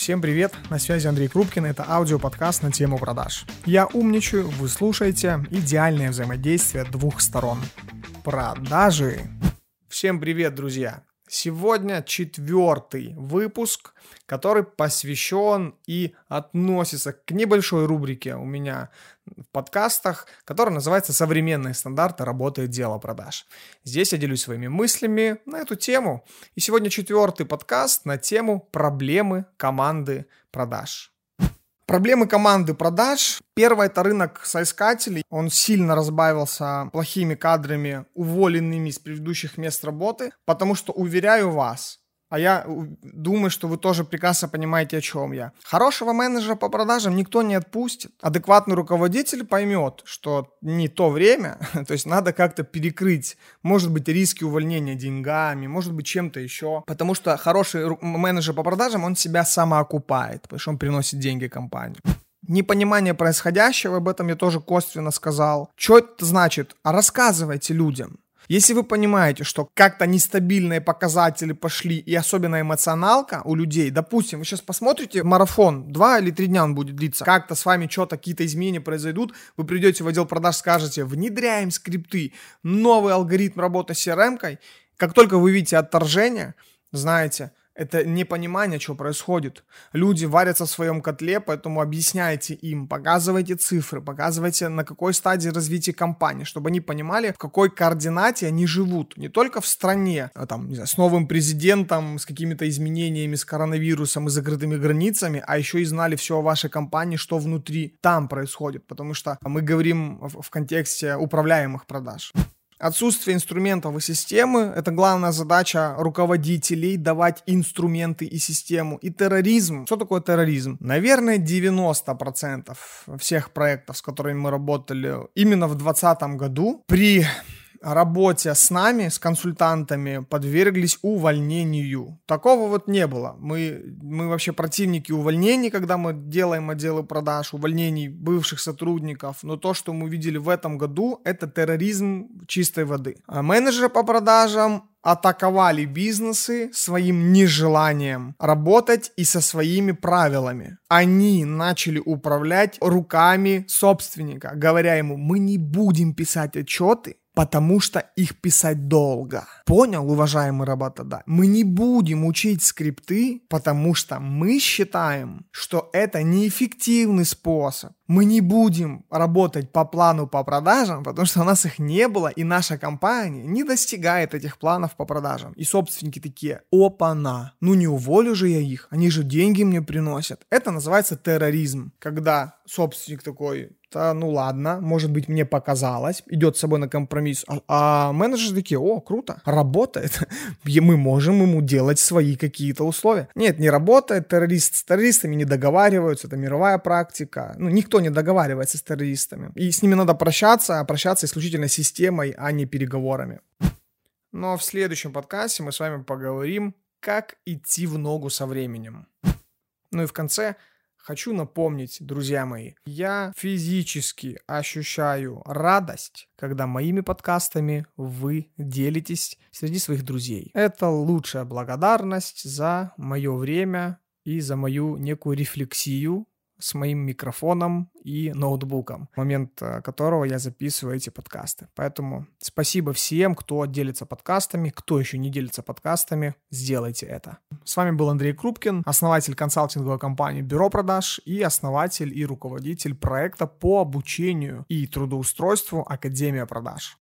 Всем привет, на связи Андрей Крупкин, это аудиоподкаст на тему продаж. Я умничаю, вы слушаете идеальное взаимодействие двух сторон. Продажи. Всем привет, друзья! Сегодня 4-й выпуск, который посвящен и относится к небольшой рубрике у меня в подкастах, которая называется «Современные стандарты работы отдела продаж». Здесь я делюсь своими мыслями на эту тему. И сегодня 4-й подкаст на тему «Проблемы команды продаж». Проблемы команды продаж. Первое – это рынок соискателей. Он сильно разбавился плохими кадрами, уволенными с предыдущих мест работы, потому что, уверяю вас, а я думаю, что вы тоже прекрасно понимаете, о чем я. Хорошего менеджера по продажам никто не отпустит. Адекватный руководитель поймет, что не то время, то есть надо как-то перекрыть, может быть, риски увольнения деньгами, может быть, чем-то еще. Потому что хороший менеджер по продажам, он себя самоокупает, потому что он приносит деньги компании. Непонимание происходящего, об этом я тоже косвенно сказал. Что это значит? Рассказывайте людям. Если вы понимаете, что как-то нестабильные показатели пошли, и особенно эмоционалка у людей, допустим, вы сейчас посмотрите марафон, 2 или 3 дня он будет длиться, как-то с вами что-то, какие-то изменения произойдут, вы придете в отдел продаж, скажете, внедряем скрипты, новый алгоритм работы с CRM-кой, как только вы видите отторжение, знаете, это непонимание, что происходит. Люди варятся в своем котле, поэтому объясняйте им, показывайте цифры, показывайте, на какой стадии развития компании, чтобы они понимали, в какой координате они живут. Не только в стране, а там, не знаю, с новым президентом, с какими-то изменениями, с коронавирусом и закрытыми границами, а еще и знали все о вашей компании, что внутри там происходит, потому что мы говорим в контексте управляемых продаж. Отсутствие инструментов и системы – это главная задача руководителей – давать инструменты и систему. И терроризм. Что такое терроризм? Наверное, 90% всех проектов, с которыми мы работали именно в 2020 году, при работе с нами, с консультантами, подверглись увольнению. Такого вот не было. Мы вообще противники увольнений, когда мы делаем отделы продаж, увольнений бывших сотрудников. Но то, что мы видели в этом году, это терроризм чистой воды. А менеджеры по продажам атаковали бизнесы своим нежеланием работать и со своими правилами. Они начали управлять руками собственника, говоря ему, мы не будем писать отчеты, потому что их писать долго. Понял, уважаемый работодатель? Мы не будем учить скрипты, потому что мы считаем, что это неэффективный способ. Мы не будем работать по плану по продажам, потому что у нас их не было, и наша компания не достигает этих планов по продажам. И собственники такие, опа-на, ну не уволю же я их, они же деньги мне приносят. Это называется терроризм, когда собственник такой, да, ну ладно, может быть, мне показалось, идет с собой на компромисс, а менеджеры такие, о, круто, работает, мы можем ему делать свои какие-то условия. Нет, не работает, террористы с террористами не договариваются, это мировая практика, ну, никто не договаривается с террористами, и с ними надо прощаться, а прощаться исключительно системой, а не переговорами. Но в следующем подкасте мы с вами поговорим, как идти в ногу со временем. Ну и в конце хочу напомнить, друзья мои, я физически ощущаю радость, когда моими подкастами вы делитесь среди своих друзей. Это лучшая благодарность за мое время и за мою некую рефлексию с моим микрофоном и ноутбуком, в момент которого я записываю эти подкасты. Поэтому спасибо всем, кто делится подкастами, кто еще не делится подкастами, сделайте это. С вами был Андрей Крупкин, основатель консалтинговой компании «Бюро продаж» и основатель и руководитель проекта по обучению и трудоустройству «Академия продаж».